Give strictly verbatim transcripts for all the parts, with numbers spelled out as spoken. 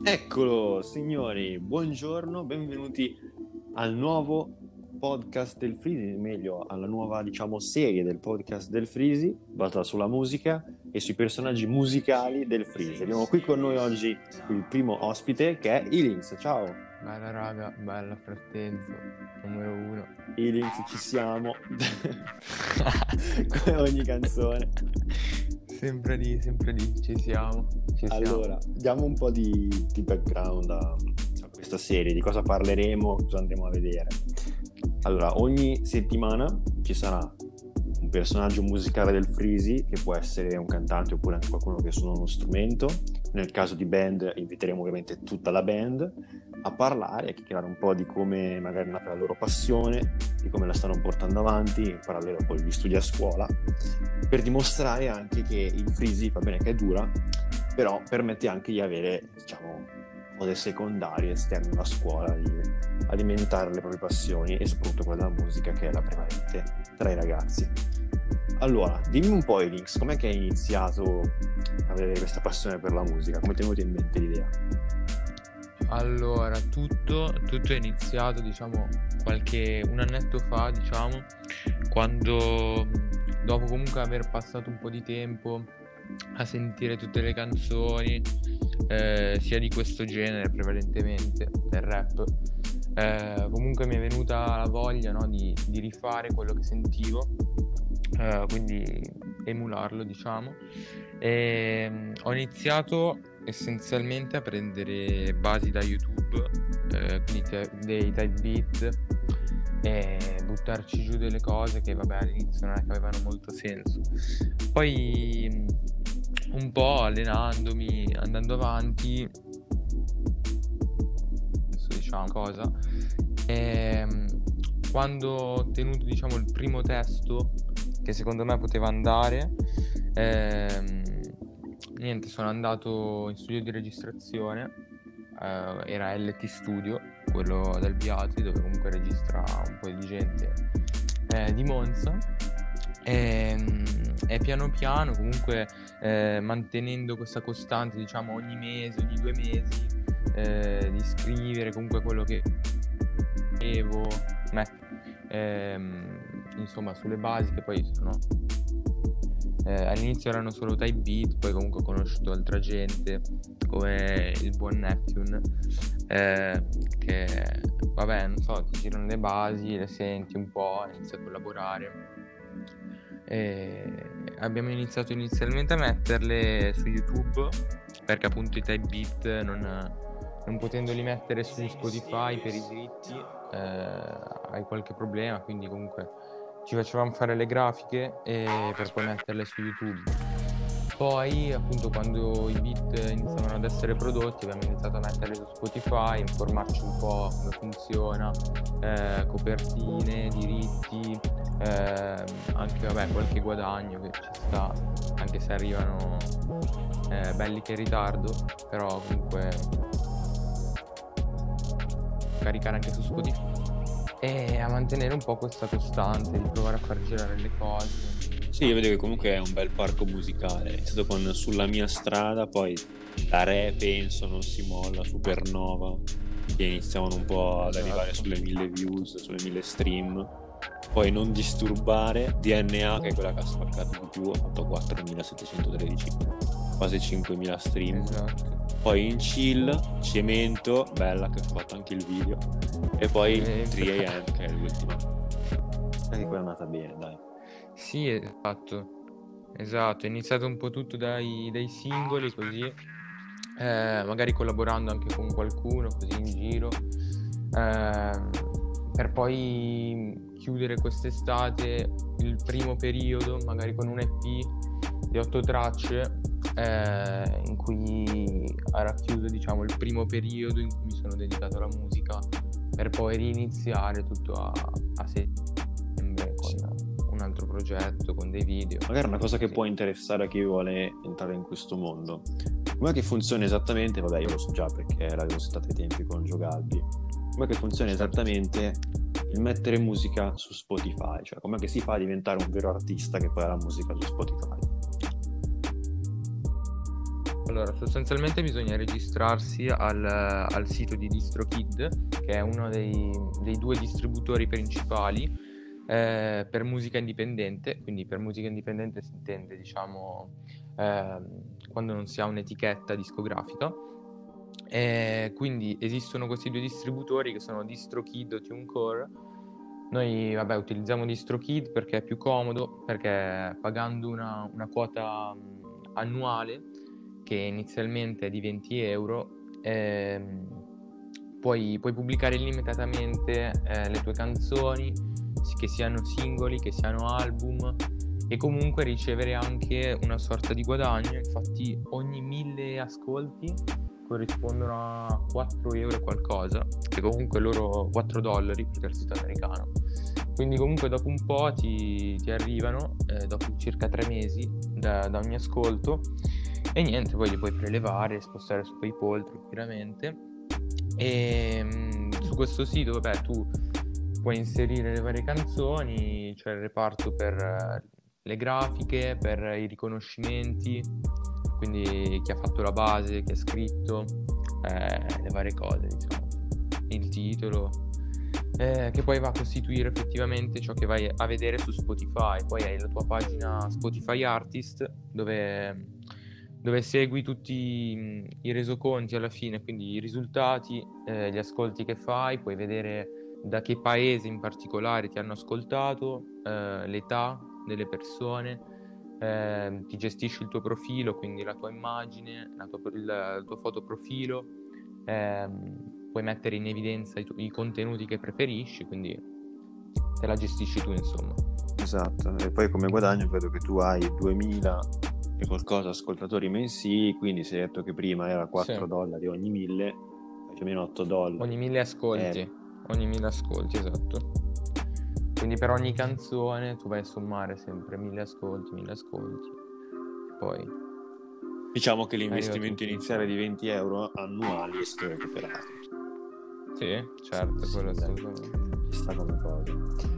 Eccolo, signori, buongiorno, benvenuti al nuovo podcast del Freezy, meglio alla nuova, diciamo, serie del podcast del Freezy, basata sulla musica e sui personaggi musicali del Freezy. Abbiamo qui con noi oggi il primo ospite che è Ilinx. Ciao! Bella raga, bella Frattenzo, numero uno. Ilinx, ci siamo, come ogni canzone. Sempre lì, sempre lì, ci siamo. Ci Allora, siamo. diamo un po' di, di background a, a questa serie, di cosa parleremo, cosa andremo a vedere. Allora, ogni settimana ci sarà un personaggio musicale del Freezy, che può essere un cantante oppure anche qualcuno che suona uno strumento. Nel caso di band inviteremo ovviamente tutta la band a parlare, a chiacchierare un po' di come magari è nata la loro passione, di come la stanno portando avanti, in parallelo con gli studi a scuola, per dimostrare anche che il Freezy, va bene che è dura, però permette anche di avere, diciamo, cose secondarie esterne alla scuola, di alimentare le proprie passioni e soprattutto quella della musica, che è la prevalente tra i ragazzi. Allora, dimmi un po', Ilinx, com'è che hai iniziato a avere questa passione per la musica? Come ti è venuta in mente l'idea? Allora, tutto, tutto è iniziato, diciamo, qualche un annetto fa, diciamo, quando dopo comunque aver passato un po' di tempo a sentire tutte le canzoni, eh, sia di questo genere prevalentemente, del rap, eh, comunque mi è venuta la voglia, no, di, di rifare quello che sentivo, eh, quindi emularlo, diciamo, e mm, ho iniziato essenzialmente a prendere basi da YouTube, eh, quindi te- dei type beat, e buttarci giù delle cose che vabbè all'inizio non è che avevano molto senso. Poi mh, un po' allenandomi, andando avanti, adesso diciamo cosa, e, mh, quando ho ottenuto, diciamo, il primo testo che secondo me poteva andare, ehm, niente, sono andato in studio di registrazione, eh, era L T Studio, quello del Biatri, dove comunque registra un po' di gente, eh, di Monza, e, e piano piano comunque, eh, mantenendo questa costante, diciamo, ogni mese, ogni due mesi, eh, di scrivere comunque quello che avevo, ehm, insomma, sulle basi che poi sono, eh, all'inizio erano solo type beat, poi comunque ho conosciuto altra gente come il buon Neptune, eh, che vabbè, non so, ti girano le basi, le senti un po', inizi a collaborare, e abbiamo iniziato inizialmente a metterle su YouTube, perché appunto i type beat non, non potendoli mettere su Spotify per i diritti, eh, hai qualche problema, quindi comunque ci facevamo fare le grafiche e per poi metterle su YouTube. Poi appunto quando i beat iniziavano ad essere prodotti abbiamo iniziato a metterli su Spotify, informarci un po' come funziona, eh, copertine, diritti, eh, anche vabbè qualche guadagno che ci sta, anche se arrivano, eh, belli che in ritardo, però comunque caricare anche su Spotify e a mantenere un po' questa costante di provare a far girare le cose. Sì, io vedo che comunque è un bel parco musicale. È iniziato con Sulla mia strada, poi da Re, penso, Non si molla, Supernova, che iniziavano un po' ad Esatto. arrivare sulle mille views, sulle mille stream. Poi Non disturbare, D N A, che è quella che ha spaccato di più, ha fatto quattromilasettecentotredici, quasi cinquemila stream. Esatto. Poi In Chill, Cemento, bella, che ho fatto anche il video. E poi Cemento. tre A M, che è l'ultima. Anche quella è andata bene, dai. Sì, esatto, esatto, è iniziato un po' tutto dai, dai singoli così, eh, magari collaborando anche con qualcuno così in giro, eh, per poi chiudere quest'estate il primo periodo magari con un E P di otto tracce, eh, in cui ha racchiuso, diciamo, il primo periodo in cui mi sono dedicato alla musica, per poi riniziare tutto a, a settembre con un altro progetto, con dei video. Magari una cosa che sì. può interessare a chi vuole entrare in questo mondo. Com'è che funziona esattamente? Vabbè, io lo so già perché l'avevo settato ai tempi con Giogalbi. Com'è che funziona esattamente il mettere musica su Spotify? Cioè, com'è che si fa a diventare un vero artista che poi ha la musica su Spotify? Allora, sostanzialmente bisogna registrarsi al, al sito di DistroKid, che è uno dei, dei due distributori principali eh, per musica indipendente. Quindi per musica indipendente si intende, diciamo, eh, quando non si ha un'etichetta discografica. E quindi esistono questi due distributori che sono DistroKid o TuneCore. Noi, vabbè, utilizziamo DistroKid perché è più comodo, perché pagando una, una quota mh, annuale, che inizialmente è di venti euro, ehm, puoi, puoi pubblicare illimitatamente eh, le tue canzoni, che siano singoli, che siano album, e comunque ricevere anche una sorta di guadagno. Infatti ogni mille ascolti corrispondono a quattro euro e qualcosa, che comunque loro quattro dollari perché è il sito americano. Quindi comunque dopo un po' ti, ti arrivano, eh, dopo circa tre mesi da, da ogni ascolto, e niente, poi li puoi prelevare, spostare su PayPal tranquillamente. E mh, su questo sito, vabbè, tu puoi inserire le varie canzoni, c'è il reparto per eh, le grafiche, per i riconoscimenti, quindi chi ha fatto la base, chi ha scritto, eh, le varie cose, diciamo, il titolo, eh, che poi va a costituire effettivamente ciò che vai a vedere su Spotify. Poi hai la tua pagina Spotify Artist dove, dove segui tutti mh, i resoconti alla fine, quindi i risultati, eh, gli ascolti che fai, puoi vedere da che paese in particolare ti hanno ascoltato, eh, l'età delle persone. Eh, ti gestisci il tuo profilo, quindi la tua immagine, la tua, il, il tuo fotoprofilo, eh, puoi mettere in evidenza i, tu- i contenuti che preferisci, quindi te la gestisci tu, insomma. Esatto, e poi come guadagno vedo che tu hai duemila e qualcosa ascoltatori mensili, quindi se hai detto che prima era quattro Sì. dollari ogni mille, più o meno otto dollari. Ogni mille ascolti, Eh. ogni mille ascolti, esatto. Quindi per ogni canzone tu vai a sommare sempre mille ascolti, mille ascolti, poi Diciamo che arriva l'investimento tutto. iniziale di venti euro annuali è stato recuperato. Sì, certo, Sì, quello dai. assolutamente. Ci sta come cosa.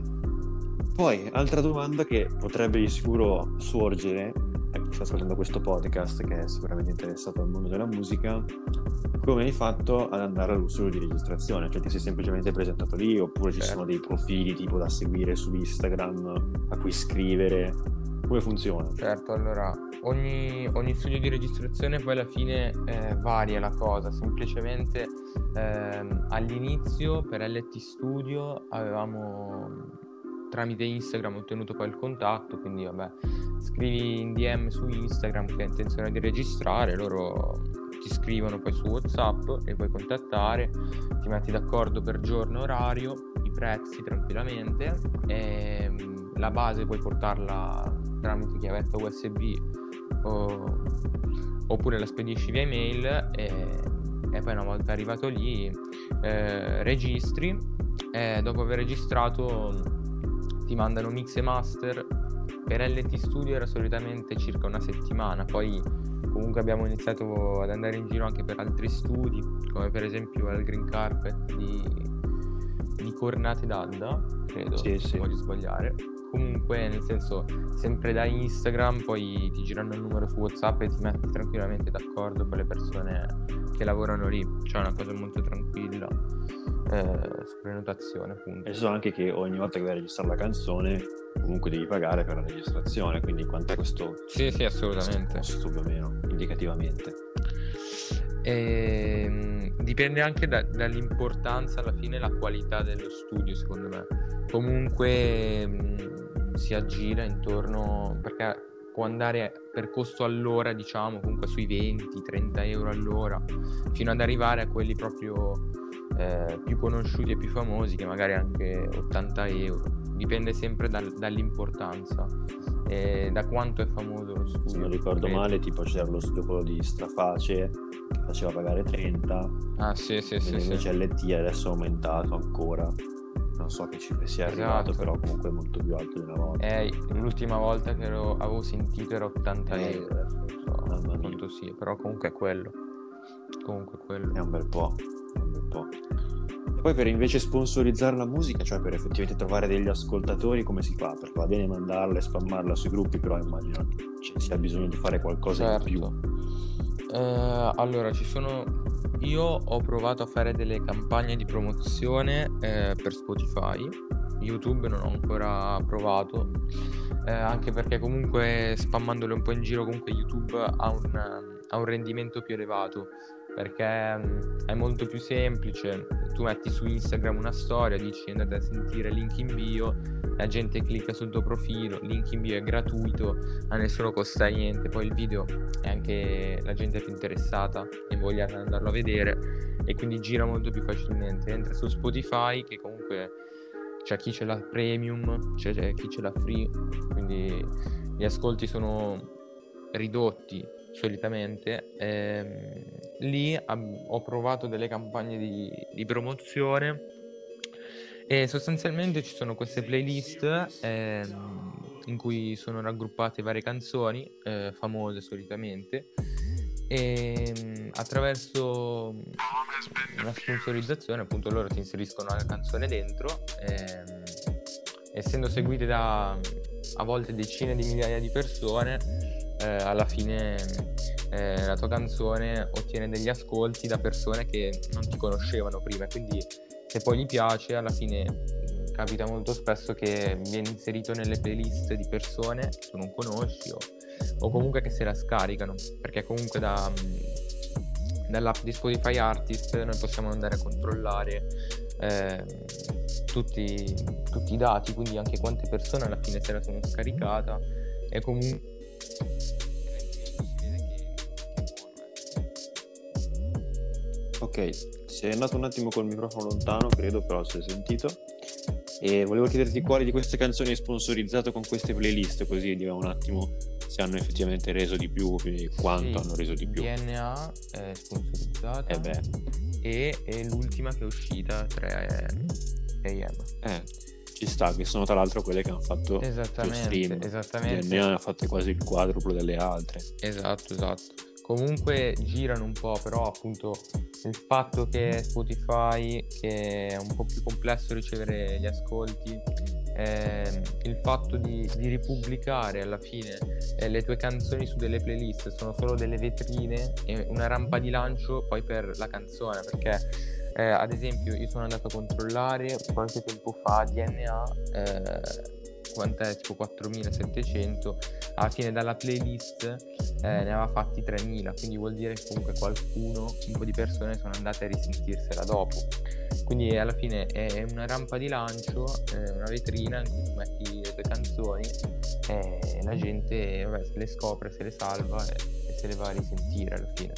Poi, altra domanda che potrebbe di sicuro sorgere a chi sta ascoltando questo podcast, che è sicuramente interessato al mondo della musica: come hai fatto ad andare allo studio di registrazione? Cioè ti sei semplicemente presentato lì, oppure ci Certo. sono dei profili tipo da seguire su Instagram a cui scrivere? Come funziona? Certo, allora ogni, ogni studio di registrazione poi alla fine eh, varia la cosa. Semplicemente ehm, all'inizio per L T Studio avevamo tramite Instagram ottenuto poi il contatto, quindi vabbè, scrivi in D M su Instagram che hai intenzione di registrare, loro ti scrivono poi su WhatsApp e puoi contattare, ti metti d'accordo per giorno, orario, i prezzi tranquillamente, e la base puoi portarla tramite chiavetta U S B o, oppure la spedisci via email, e, e poi una volta arrivato lì eh, registri, e dopo aver registrato ti mandano mix e master. Per L T Studio era solitamente circa una settimana, poi comunque abbiamo iniziato ad andare in giro anche per altri studi, come per esempio al Green Carpet di, di Cornate d'Adda, credo, Sì, sì. non voglio sbagliare. Comunque, nel senso, sempre da Instagram poi ti girano il numero su WhatsApp e ti metti tranquillamente d'accordo con le persone che lavorano lì. Cioè è una cosa molto tranquilla, eh, su prenotazione, appunto. E so anche che ogni volta che vai a registrare la canzone comunque devi pagare per la registrazione, quindi quanto è questo? Sì, sì, assolutamente. Questo costo, più o meno, indicativamente. E, dipende anche da, dall'importanza, alla fine, la qualità dello studio, secondo me. Comunque mh, si aggira intorno, perché può andare per costo all'ora, diciamo, comunque sui venti trenta euro all'ora, fino ad arrivare a quelli proprio eh, più conosciuti e più famosi, che magari anche ottanta euro. Dipende sempre dal, dall'importanza e da quanto è famoso lo studio. Se non ricordo credo. male, tipo c'era lo studio quello di Straface che faceva pagare trenta, Ah sì sì sì, invece sì. L T adesso è aumentato ancora, non so che cifre sia arrivato, Esatto. però comunque è molto più alto di una volta. Eh, l'ultima volta che lo avevo sentito era ottanta Eh, euro, adesso non so mamma mia. quanto sia, però comunque è quello. Comunque è quello. È un bel po', è un bel po'. E poi per invece sponsorizzare la musica, cioè per effettivamente trovare degli ascoltatori, come si fa? Perché va bene mandarla e spammarla sui gruppi, però immagino ci sia bisogno di fare qualcosa Certo. in più. Eh, allora, ci sono. Io ho provato a fare delle campagne di promozione eh, per Spotify. YouTube non ho ancora provato, eh, anche perché comunque spammandole un po' in giro, comunque YouTube ha un, ha un rendimento più elevato, perché mh, è molto più semplice. Tu metti su Instagram una storia, dici andate a sentire, link in bio, la gente clicca sul tuo profilo, link in bio è gratuito, a nessuno costa niente, poi il video è anche la gente è più interessata e voglia andarlo a vedere e quindi gira molto più facilmente. Mentre su Spotify, che comunque c'è chi ce l'ha premium, c'è, c'è chi ce l'ha free, quindi gli ascolti sono ridotti solitamente. Ehm, lì ab- ho provato delle campagne di, di promozione e sostanzialmente ci sono queste playlist ehm, in cui sono raggruppate varie canzoni eh, famose solitamente, e mh, attraverso una sponsorizzazione appunto loro ti inseriscono la canzone dentro, ehm, essendo seguite da a volte decine di migliaia di persone, eh, alla fine eh, la tua canzone ottiene degli ascolti da persone che non ti conoscevano prima, quindi se poi gli piace alla fine mh, capita molto spesso che viene inserito nelle playlist di persone che tu non conosci o, o comunque che se la scaricano, perché comunque da, mh, dall'app di Spotify Artist noi possiamo andare a controllare eh, tutti, tutti i dati, quindi anche quante persone alla fine se la sono scaricata e comunque Ok, sei andato un attimo col microfono lontano, credo, però si è sentito. E volevo chiederti quali di queste canzoni hai sponsorizzato con queste playlist, così vediamo un attimo se hanno effettivamente reso di più e quanto sì, hanno reso di più. D N A è sponsorizzata Eh beh, e, e l'ultima che è uscita tre A M. eh, ci sta, che sono tra l'altro quelle che hanno fatto più Esattamente, stream. esattamente. D N A ne ha fatte quasi il quadruplo delle altre. Esatto, esatto. Comunque girano un po', però appunto il fatto che Spotify, che è un po' più complesso ricevere gli ascolti, ehm, il fatto di, di ripubblicare alla fine eh, le tue canzoni su delle playlist sono solo delle vetrine e una rampa di lancio poi per la canzone, perché eh, ad esempio io sono andato a controllare qualche tempo fa D N A, eh, quant'è, tipo quattromilasettecento, alla fine dalla playlist eh, ne aveva fatti tremila, quindi vuol dire che comunque qualcuno, un po' di persone sono andate a risentirsela dopo, quindi alla fine è una rampa di lancio, eh, una vetrina in cui tu metti le tue canzoni e la gente vabbè, se le scopre, se le salva e, e se le va a risentire alla fine.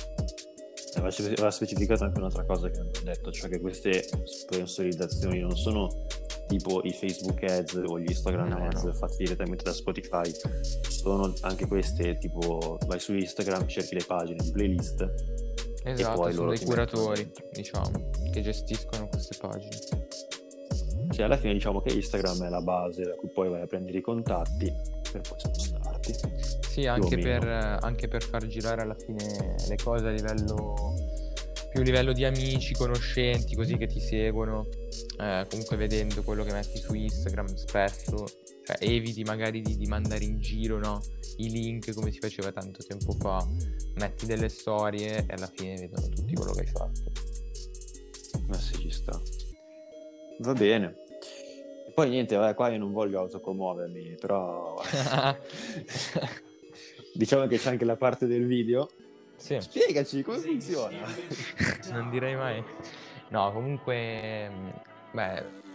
Aveva specificato anche un'altra cosa che hanno detto, cioè che queste sponsorizzazioni non sono tipo i Facebook ads o gli Instagram No, ads no. fatti direttamente da Spotify, sono anche queste tipo vai su Instagram, cerchi le pagine di playlist e Esatto, poi sono loro dei ti mettono curatori, dentro. diciamo, che gestiscono queste pagine. Cioè alla fine diciamo che Instagram è la base da cui poi vai a prendere i contatti per poi spostarti. Sì, più o anche per, meno. anche per far girare alla fine le cose a livello più a livello di amici, conoscenti, così che ti seguono, eh, comunque vedendo quello che metti su Instagram spesso, cioè eviti magari di, di mandare in giro, no? I link come si faceva tanto tempo fa, metti delle storie e alla fine vedono tutti quello che hai fatto. Ma sì, ci sta. Va bene. E poi niente, vabbè, qua io non voglio autopromuovermi, però diciamo che c'è anche la parte del video. Sì. Spiegaci come funziona. Non direi mai. No, comunque, beh,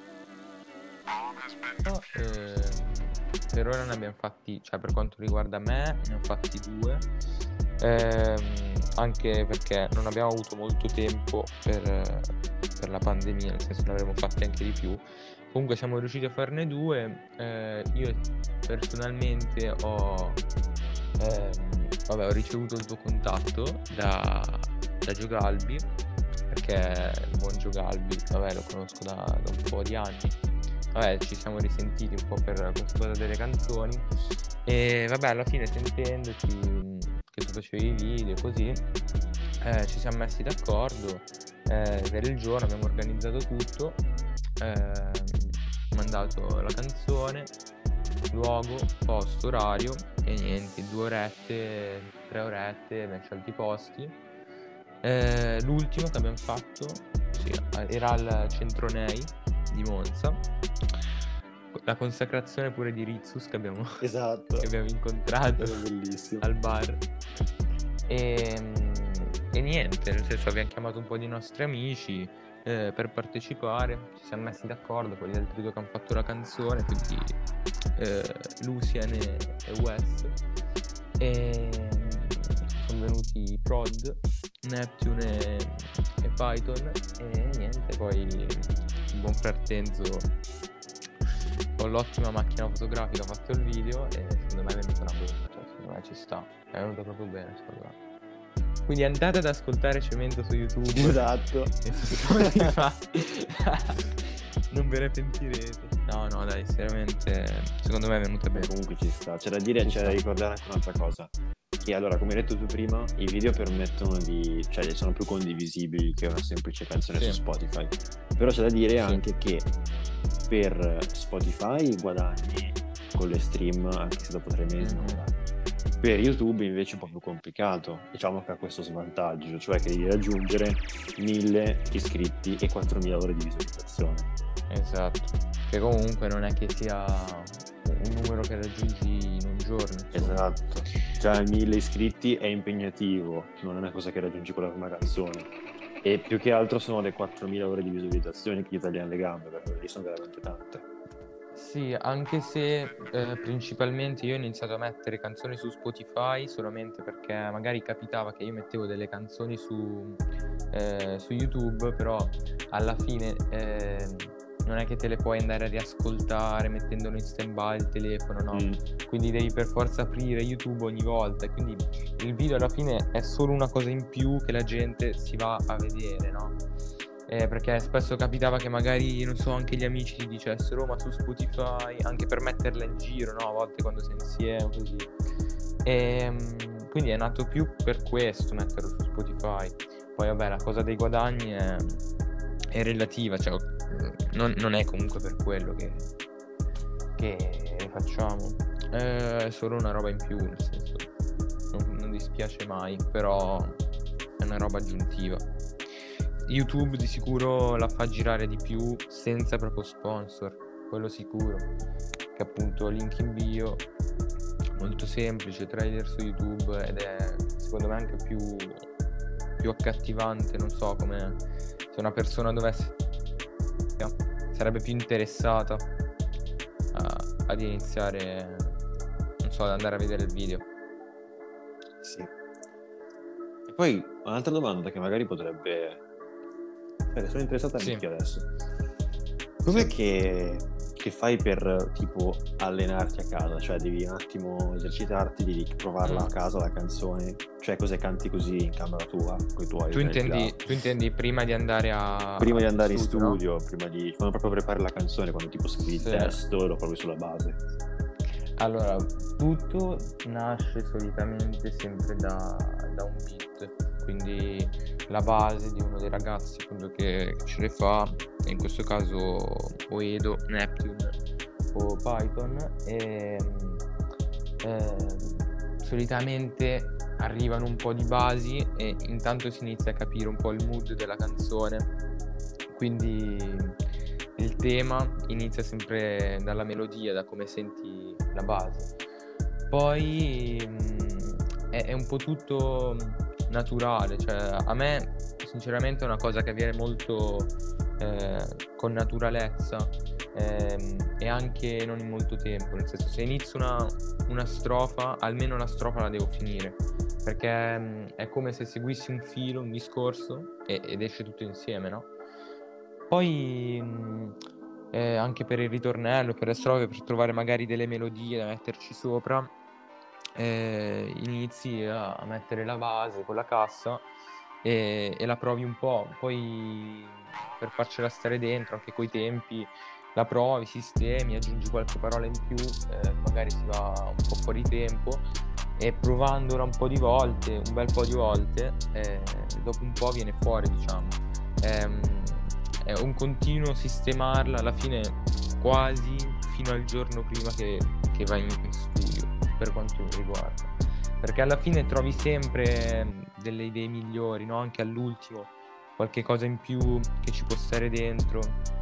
eh, per ora ne abbiamo fatti, cioè per quanto riguarda me, ne ho fatti due, ehm, anche perché non abbiamo avuto molto tempo per, per la pandemia, nel senso ne avremmo fatti anche di più. Comunque siamo riusciti a farne due. eh, io personalmente ho ehm, vabbè, ho ricevuto il tuo contatto da, da Gio Galbi, perché il buon Gio Galbi, vabbè, lo conosco da, da un po' di anni. Vabbè, ci siamo risentiti un po' per questa cosa delle canzoni e vabbè, alla fine sentendoci che tu facevi i video così, eh, ci siamo messi d'accordo eh, per il giorno, abbiamo organizzato tutto, eh, mandato la canzone, luogo, posto, orario e niente, due orette tre orette, abbiamo scelto i posti. Eh, l'ultimo che abbiamo fatto sì, era al Centro Nei di Monza, la consacrazione pure di Ritsus che abbiamo, Esatto. che abbiamo incontrato Bellissimo. al bar. E, e niente, nel senso abbiamo chiamato un po' di nostri amici eh, per partecipare, ci siamo messi d'accordo con gli altri due che hanno fatto la canzone, quindi eh, Lucien e, e Wes, e sono venuti Prod, Neptune e, e Python, e niente, poi il buon Frattenzo con l'ottima macchina fotografica ha fatto il video e secondo me è venuta una bomba, cioè secondo me ci sta, è venuta proprio bene secondo me. Quindi andate ad ascoltare Cemento su YouTube. Esatto. E su Spotify. Non ve ne pentirete. No, no, dai, seriamente, secondo me è venuta bene. Comunque ci sta. C'è da dire, Ci c'è sta. da ricordare anche un'altra cosa. Che allora, come hai detto tu prima, i video permettono di... cioè sono più condivisibili che una semplice canzone Sì. su Spotify. Però c'è da dire Sì. anche che per Spotify guadagni con le stream, anche se dopo tre mesi non Mhm. guadagni. Per YouTube invece è un po' più complicato. Diciamo che ha questo svantaggio, cioè che devi raggiungere mille iscritti e quattromila ore di visualizzazione. Esatto. Che comunque non è che sia un numero che raggiungi in un giorno. insomma. Esatto. Già mille iscritti è impegnativo, non è una cosa che raggiungi con la prima canzone. E più che altro sono le quattromila ore di visualizzazione che gli tagliano le gambe, perché lì sono veramente tante. Sì, anche se eh, principalmente io ho iniziato a mettere canzoni su Spotify solamente perché magari capitava che io mettevo delle canzoni su, eh, su YouTube, però alla fine eh, non è che te le puoi andare a riascoltare mettendolo in stand-by il telefono, no? Mm. Quindi devi per forza aprire YouTube ogni volta, e quindi il video alla fine è solo una cosa in più che la gente si va a vedere, no? Eh, perché spesso capitava che magari, non so, anche gli amici ti dicessero ma su Spotify, anche per metterla in giro, no? A volte quando sei insieme, così. E, mm, quindi è nato più per questo metterlo su Spotify. Poi vabbè, la cosa dei guadagni è, è relativa, cioè mm, non, non è comunque per quello che, che facciamo. È solo una roba in più, nel senso, non, non dispiace mai, però è una roba aggiuntiva. YouTube di sicuro la fa girare di più senza proprio sponsor, quello sicuro, che appunto link in bio, molto semplice, trailer su YouTube, ed è secondo me anche più, più accattivante, non so, come se una persona dovesse sarebbe più interessata a, ad iniziare, non so, ad andare a vedere il video. Sì. E poi un'altra domanda che magari potrebbe... Eh, sono interessato Sì. anche adesso. Com'è Sì. che, che fai per tipo allenarti a casa? Cioè devi un attimo esercitarti, devi provarla Mm. a casa la canzone, cioè cos'è, canti così in camera tua con i tuoi Tu intendi, auricolari? tu intendi prima di andare a Prima di andare in studio, no? studio, prima di quando proprio prepari la canzone, quando tipo scrivi Sì. il testo e lo provi sulla base. Allora, tutto nasce solitamente sempre da, da un beat, quindi la base di uno dei ragazzi appunto che ce le fa, in questo caso o Edo, Neptune o Python, e eh, solitamente arrivano un po' di basi e intanto si inizia a capire un po' il mood della canzone, quindi il tema inizia sempre dalla melodia, da come senti la base. Poi mh, è, è un po' tutto naturale, cioè a me sinceramente è una cosa che avviene molto eh, con naturalezza ehm, e anche non in molto tempo, nel senso se inizio una, una strofa, almeno la strofa la devo finire, perché mh, è come se seguissi un filo, un discorso e, ed esce tutto insieme, no? Poi mh, eh, anche per il ritornello, per le strofe, per trovare magari delle melodie da metterci sopra, eh, inizi a, a mettere la base con la cassa e, e la provi un po'. Poi per farcela stare dentro, anche coi tempi, la provi, sistemi, aggiungi qualche parola in più, eh, magari si va un po' fuori tempo, e provandola un po' di volte, un bel po' di volte, eh, dopo un po' viene fuori, diciamo. Ehm, è un continuo sistemarla, alla fine quasi fino al giorno prima che, che vai in, in studio, per quanto mi riguarda, perché alla fine trovi sempre delle idee migliori, no? Anche all'ultimo, qualche cosa in più che ci può stare dentro.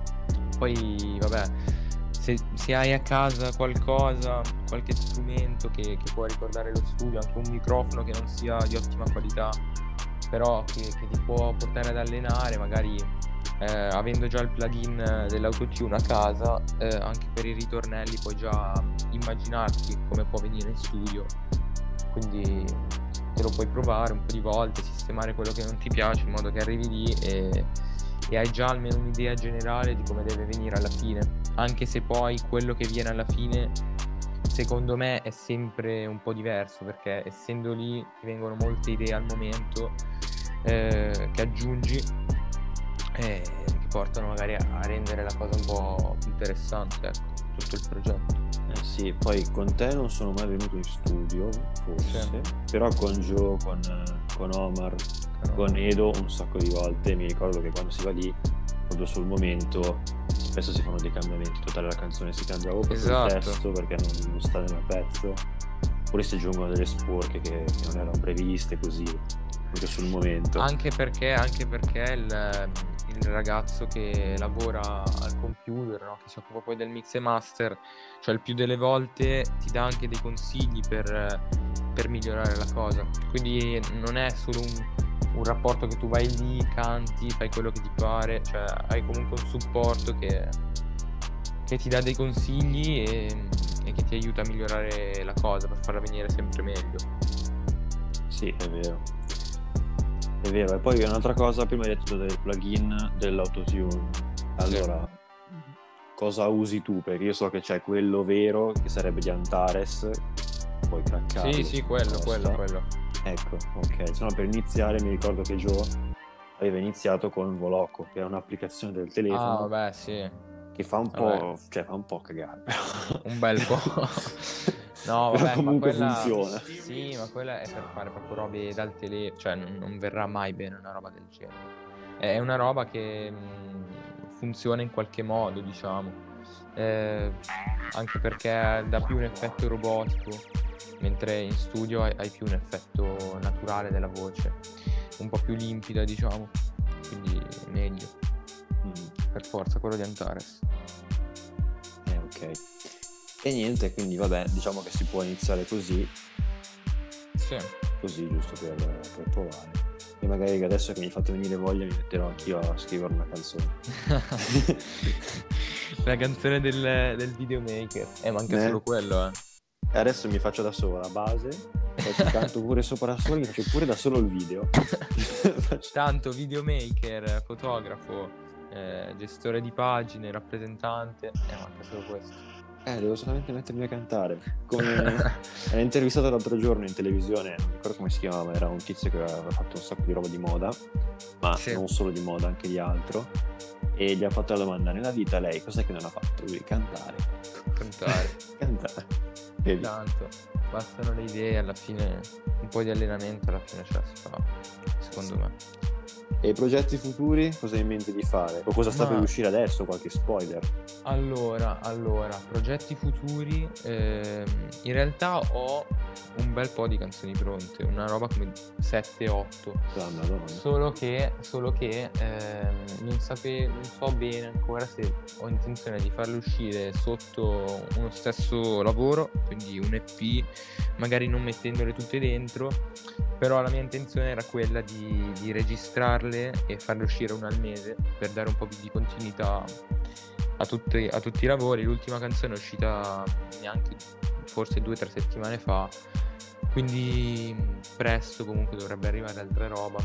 Poi vabbè, se, se hai a casa qualcosa, qualche strumento che, che può ricordare lo studio, anche un microfono che non sia di ottima qualità, però che, che ti può portare ad allenare, magari eh, avendo già il plugin dell'autotune a casa, eh, anche per i ritornelli puoi già immaginarti come può venire in studio, quindi te lo puoi provare un po' di volte, sistemare quello che non ti piace in modo che arrivi lì e, e hai già almeno un'idea generale di come deve venire alla fine, anche se poi quello che viene alla fine secondo me è sempre un po' diverso, perché essendo lì ti vengono molte idee al momento eh, che aggiungi e ti portano magari a, a rendere la cosa un po' più interessante, ecco, tutto il progetto. Eh sì, poi con te non sono mai venuto in studio, forse, sì. Però con Joe, con, con Omar, no. con Edo un sacco di volte. Mi ricordo che quando si va lì, proprio sul momento, spesso si fanno dei cambiamenti, totale la canzone si cambia o per esatto. il testo perché non, non sta nel pezzo, oppure si aggiungono delle sporche che, che non erano previste, così, proprio sul momento. Anche perché, anche perché il, il ragazzo che lavora al computer, no? Che si occupa poi del mix e master, cioè il più delle volte ti dà anche dei consigli per, per migliorare la cosa, quindi non è solo un, un rapporto che tu vai lì, canti, fai quello che ti pare, cioè hai comunque un supporto che, che ti dà dei consigli e, e che ti aiuta a migliorare la cosa per farla venire sempre meglio. Sì, è vero. È vero, e poi un'altra cosa, prima hai detto del plugin dell'autotune. Allora, sì. Cosa usi tu? Perché io so che c'è quello vero, che sarebbe di Antares, puoi craccarlo. Sì, sì, quello, quello, quello. Ecco, ok. Insomma, per iniziare mi ricordo che Joe aveva iniziato con Voloco, che è un'applicazione del telefono. Ah, vabbè, sì. Che fa un vabbè. po', cioè fa un po' cagare. Un bel po'. No, vabbè, comunque ma quella funziona. sì, ma quella è per fare proprio robe dal telefono, cioè non, non verrà mai bene una roba del genere. È una roba che mh, funziona in qualche modo, diciamo, eh, anche perché dà più un effetto robotico, mentre in studio hai, hai più un effetto naturale della voce, un po' più limpida, diciamo, quindi meglio. Mm, per forza quello di Antares. Eh, ok. E niente, quindi vabbè, diciamo che si può iniziare così. Sì. Così, giusto per, per provare. E magari adesso che mi fate venire voglia mi metterò anch'io a scrivere una canzone. La canzone del, del videomaker. Eh, manca eh. solo quello, eh. E adesso mi faccio da solo la base, poi ci canto pure sopra da solo, mi faccio pure da solo il video. Tanto videomaker, fotografo, eh, gestore di pagine, rappresentante, eh, manca solo questo. Eh, devo solamente mettermi a cantare. Come l'ho intervistato l'altro giorno in televisione, non ricordo come si chiamava, era un tizio che aveva fatto un sacco di roba di moda, ma sì. non solo di moda, anche di altro. E gli ha fatto la domanda: nella vita lei cos'è che non ha fatto? Lui, cantare. Cantare. Cantare. Vedi? Tanto, bastano le idee, alla fine un po' di allenamento alla fine ce la si fa, secondo sì. me. E i progetti futuri? Cosa hai in mente di fare? O cosa sta Ma... per uscire adesso? Qualche spoiler? Allora, allora, progetti futuri, ehm, in realtà ho un bel po' di canzoni pronte, una roba come sette otto. Ah, solo che, solo che ehm, non, sape- non so bene ancora se ho intenzione di farle uscire sotto uno stesso lavoro, quindi un E P, magari non mettendole tutte dentro, però la mia intenzione era quella di, di registrarle e farle uscire una al mese per dare un po' più di continuità a tutti, a tutti i lavori. L'ultima canzone è uscita neanche forse due o tre settimane fa, quindi presto comunque dovrebbe arrivare altra roba,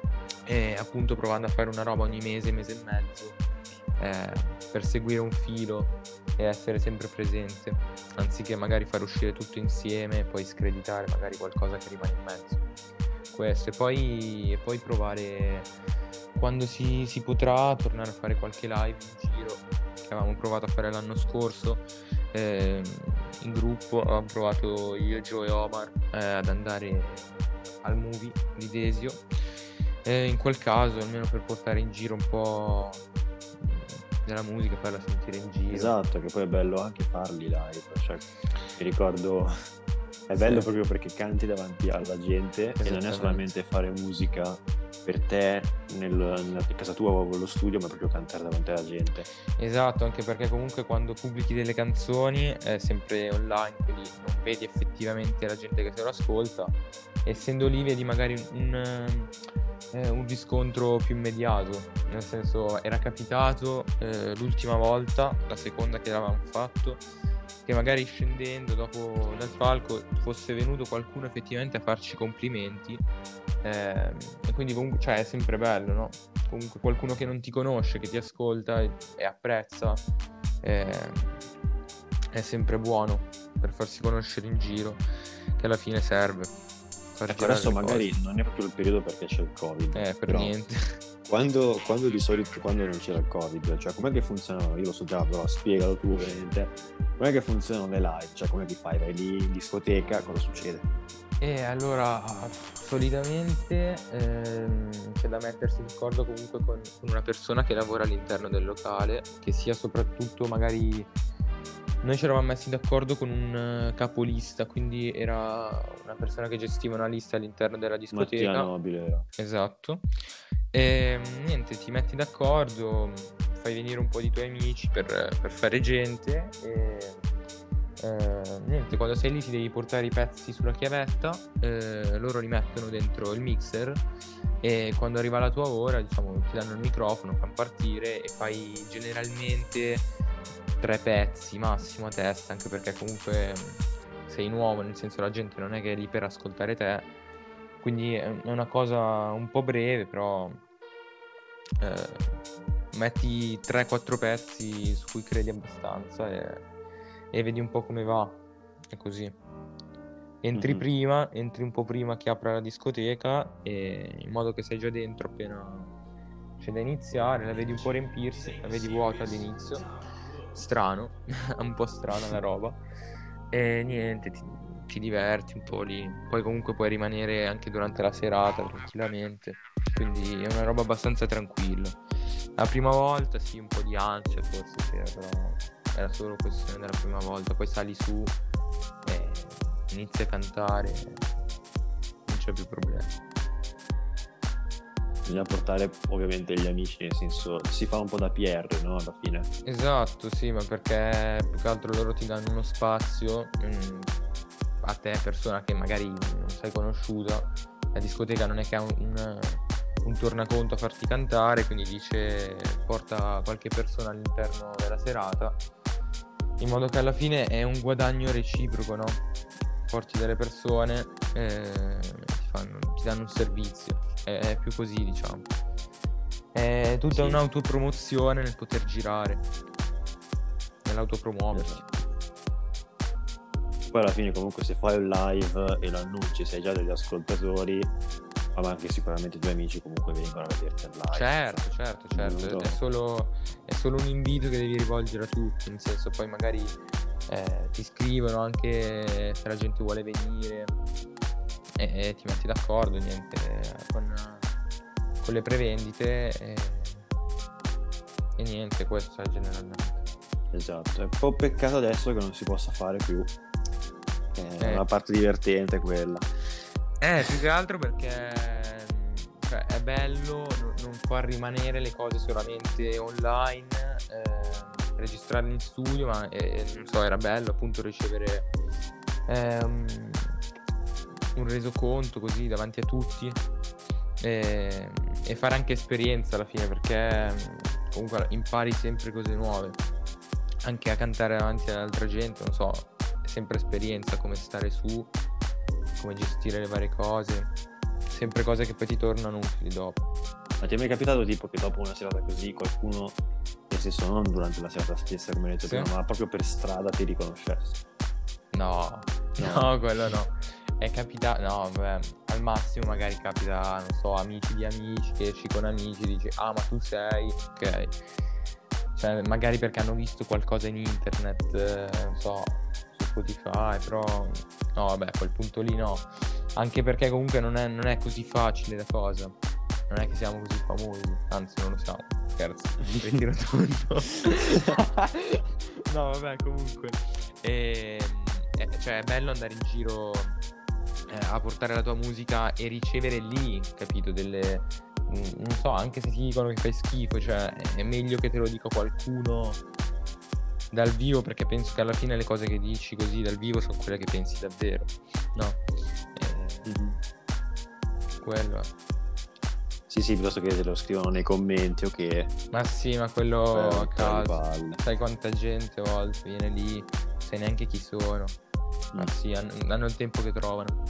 e appunto provando a fare una roba ogni mese, mese e mezzo, eh, per seguire un filo e essere sempre presente, anziché magari far uscire tutto insieme e poi screditare magari qualcosa che rimane in mezzo. Questo, e poi, e poi provare quando si, si potrà tornare a fare qualche live in giro, che avevamo provato a fare l'anno scorso, eh, in gruppo. Avevamo provato io, Joe e Omar eh, ad andare al movie di Desio, eh, in quel caso almeno per portare in giro un po' della musica, farla sentire in giro. Esatto, che poi è bello anche farli live, cioè mi ricordo È bello Sì. proprio perché canti davanti alla gente e non è Esattamente. solamente fare musica per te nel, nella casa tua o allo studio, ma proprio cantare davanti alla gente. Esatto, anche perché comunque quando pubblichi delle canzoni è sempre online, quindi non vedi effettivamente la gente che se lo ascolta. Essendo lì vedi magari un, eh, un riscontro più immediato, nel senso era capitato eh, l'ultima volta, la seconda che l'avevamo fatto, che magari scendendo dopo dal palco fosse venuto qualcuno effettivamente a farci complimenti, ehm, e quindi comunque cioè, è sempre bello, no? Comunque qualcuno che non ti conosce, che ti ascolta e, e apprezza, ehm, è sempre buono per farsi conoscere in giro, che alla fine serve. Far Ecco, girare adesso le magari cose. non è proprio il periodo perché c'è il Covid, Eh, per però niente. quando, quando di solito, quando non c'era il Covid, cioè com'è che funzionano? Io lo so già, però spiegalo tu ovviamente. Com'è che funzionano le live? Cioè com'è che fai? Vai lì in discoteca, cosa succede? E allora, solitamente ehm, c'è da mettersi d'accordo comunque con, con una persona che lavora all'interno del locale, che sia soprattutto magari... Noi ci eravamo messi d'accordo con un eh, capolista, quindi era una persona che gestiva una lista all'interno della Mattia discoteca. Nobile era. Esatto. E niente, ti metti d'accordo, fai venire un po' di tuoi amici per, per fare gente e eh, niente, quando sei lì ti devi portare i pezzi sulla chiavetta, eh, loro li mettono dentro il mixer e quando arriva la tua ora, diciamo, ti danno il microfono, fanno partire e fai generalmente tre pezzi massimo a testa, anche perché comunque sei nuovo, nel senso la gente non è che è lì per ascoltare te, quindi è una cosa un po' breve, però eh, metti tre quattro pezzi su cui credi abbastanza e, e vedi un po' come va, è così. Entri Mhm. prima, entri un po' prima che apra la discoteca e in modo che sei già dentro appena c'è da iniziare, la vedi un po' riempirsi, la vedi vuota all'inizio, strano, un po' strana la roba e niente, ti, ti diverti un po' lì, poi comunque puoi rimanere anche durante la serata tranquillamente, quindi è una roba abbastanza tranquilla. La prima volta sì, un po' di ansia forse c'era, però era solo questione della prima volta, poi sali su e inizi a cantare, non c'è più problema. Bisogna portare ovviamente gli amici, nel senso si fa un po' da P R, no? Alla fine. Esatto, sì, ma perché più che altro loro ti danno uno spazio, mm, a te persona che magari non sei conosciuta, la discoteca non è che ha un, un, un tornaconto a farti cantare, quindi dice porta qualche persona all'interno della serata, in modo che alla fine è un guadagno reciproco, no? Porti delle persone, eh, ti, fanno, ti danno un servizio, è, è più così, diciamo. È tutta Sì. un'autopromozione nel poter girare, nell'autopromuoversi. Poi alla fine comunque se fai un live e lo annunci, sei già degli ascoltatori, ma anche sicuramente i tuoi amici comunque vengono a vederti al live. Certo, certo, certo, Minuto. è solo, è solo un invito che devi rivolgere a tutti, nel senso poi magari eh, ti scrivono anche se la gente vuole venire e, e ti metti d'accordo, niente, con, con le prevendite e, e niente, questo è generalmente. Esatto, è un po' peccato adesso che non si possa fare più. È Eh. una parte divertente quella. Eh, più che altro perché cioè, è bello non, non far rimanere le cose solamente online, eh, registrarle in studio, ma eh, non so, era bello appunto ricevere ehm, un resoconto così davanti a tutti e, e fare anche esperienza alla fine, perché comunque impari sempre cose nuove, anche a cantare davanti ad altra gente, non so, è sempre esperienza, come stare su, come gestire le varie cose, sempre cose che poi ti tornano utili dopo. Ma ti è mai capitato tipo che dopo una serata così qualcuno, nel senso non durante la serata stessa come hai detto Sì. prima, ma proprio per strada ti riconoscesse? No, no, No. quello no. È capitato, no, beh, al massimo magari capita, non so, amici di amici, che esci con amici, dici, ah ma tu sei, ok. Cioè, magari perché hanno visto qualcosa in internet, eh, non so, su Spotify, però no, vabbè, a quel punto lì no. Anche perché comunque non è, non è così facile la cosa. Non è che siamo così famosi, anzi non lo siamo, scherzo, ritiro tutto. No, vabbè, comunque. E, è, cioè, è bello andare in giro eh, a portare la tua musica e ricevere lì, capito, delle... mm, non so, anche se ti dicono che fai schifo, cioè è meglio che te lo dica qualcuno dal vivo, perché penso che alla fine le cose che dici così dal vivo sono quelle che pensi davvero, no? Eh, Mhm. quello. Sì, sì, piuttosto che te lo scrivono nei commenti o che... Ma sì, ma quello Beh, a caso. palle. Sai quanta gente a volte viene lì, sai neanche chi sono. Ma Mm. sì, hanno, hanno il tempo che trovano.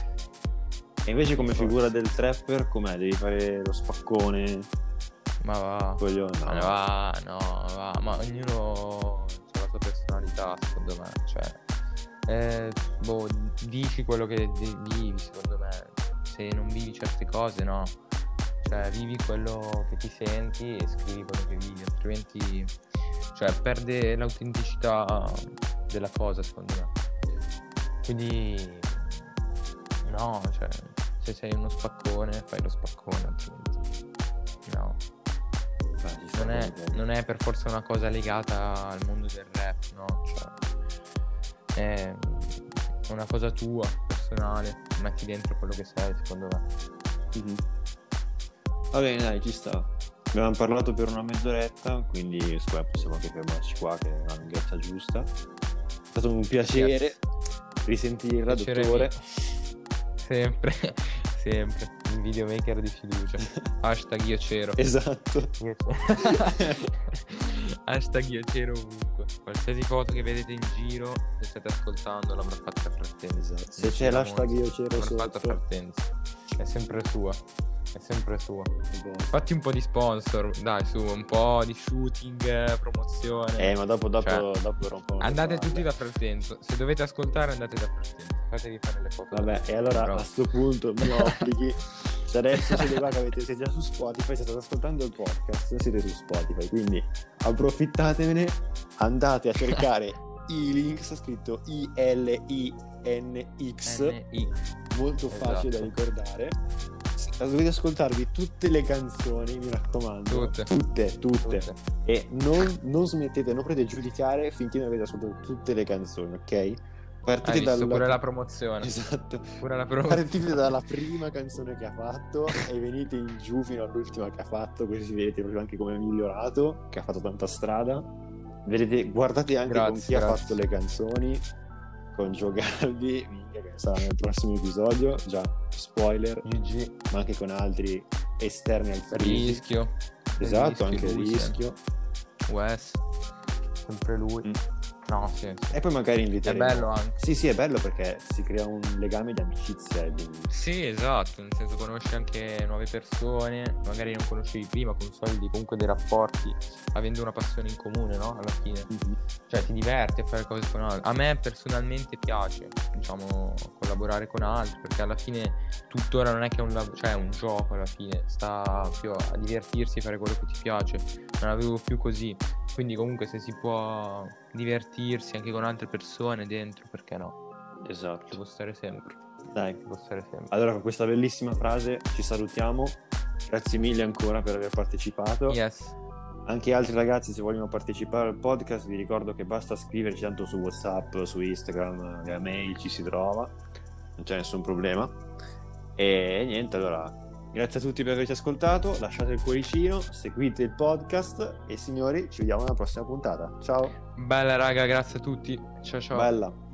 E invece come Forse. figura del trapper, com'è? Devi fare lo spaccone? Ma va, Coglione? ma No. va, no, va, ma ognuno ha la sua personalità, secondo me. Cioè, eh, boh, dici quello che de- vivi, secondo me. Se non vivi certe cose, no. Cioè, vivi quello che ti senti e scrivi quello che vivi, altrimenti, cioè, perde l'autenticità della cosa, secondo me. Quindi, no, cioè, se sei uno spaccone, fai lo spaccone, altrimenti, no. Beh, ci sta Non è, comunque. non è per forza una cosa legata al mondo del rap, no? Cioè, è una cosa tua, personale, metti dentro quello che sei, secondo me. Mhm. Va bene, dai, ci sta. Abbiamo parlato per una mezz'oretta, quindi secondo me possiamo anche fermarci qua, che è una lunghezza giusta. È stato un piacere Yes. risentirla, Piacere dottore. Sempre, sempre, il videomaker di fiducia. Hashtag io c'ero. Esatto. Io c'ero. Hashtag io c'ero ovunque. Qualsiasi foto che vedete in giro, se state ascoltando, l'avrà fatta Frattenza. Esatto. Se c'è l'hashtag io c'ero l'avrà fatta sotto. Frattenza. È sempre sua. È sempre sua. Boh. Fatti un po' di sponsor, dai, su, un po' di shooting, eh, promozione. Eh, ma dopo, dopo, Cioè, dopo rompono le andate palle. tutti da Frattenza. Se dovete ascoltare, andate da Frattenza. Fatevi fare le foto. Vabbè, e allora Bravo. a sto punto mi obblighi. Se adesso siete qua che avete, siete già su Spotify, se state ascoltando il podcast, siete su Spotify, quindi approfittatevene, andate a cercare Ilinx, scritto I L I N X, N I. molto facile da Esatto. ricordare. Se- Dovete ascoltarvi tutte le canzoni, mi raccomando. Tutte. Tutte, tutte. Tutte. E non, non smettete, non potete giudicare finché non avete ascoltato tutte le canzoni, ok? Partite Hai visto dalla... pure la promozione. Esatto. Pure la promozione. Partite dalla prima canzone che ha fatto e venite in giù fino all'ultima che ha fatto, così vedete proprio anche come è migliorato, che ha fatto tanta strada. Vedete, guardate anche Grazie, con chi ha grazie. fatto le canzoni, con Gio Galbi, minchia, che sarà nel prossimo episodio, già spoiler, G G. ma anche con altri esterni al Freezy. Rischio. Esatto, anche lui, Rischio. Wes. Sempre lui. Mm. No, sì, sì. E poi magari È inviteremo... bello anche. Sì, sì, è bello perché si crea un legame di amicizia e di... Sì, esatto, nel senso conosci anche nuove persone, magari non conoscevi prima, consolidi comunque dei rapporti, avendo una passione in comune, no? Alla fine. Cioè ti diverti a fare cose con altri. A me personalmente piace, diciamo, collaborare con altri, perché alla fine tuttora non è che è un, lav- cioè, è un gioco alla fine, sta più a divertirsi e fare quello che ti piace. Non avevo più così. Quindi comunque se si può divertirsi anche con altre persone dentro, perché no? Ci Esatto. può stare sempre, Dai. ci può stare sempre. Allora, con questa bellissima frase ci salutiamo. Grazie mille ancora per aver partecipato. Yes. Anche altri ragazzi, se vogliono partecipare al podcast, vi ricordo che basta scriverci tanto su WhatsApp, su Instagram, via mail, ci si trova, non c'è nessun problema. E niente, allora, grazie a tutti per averci ascoltato, lasciate il cuoricino, seguite il podcast e signori, ci vediamo alla prossima puntata. Ciao, Bella raga, grazie a tutti. Ciao ciao. bella.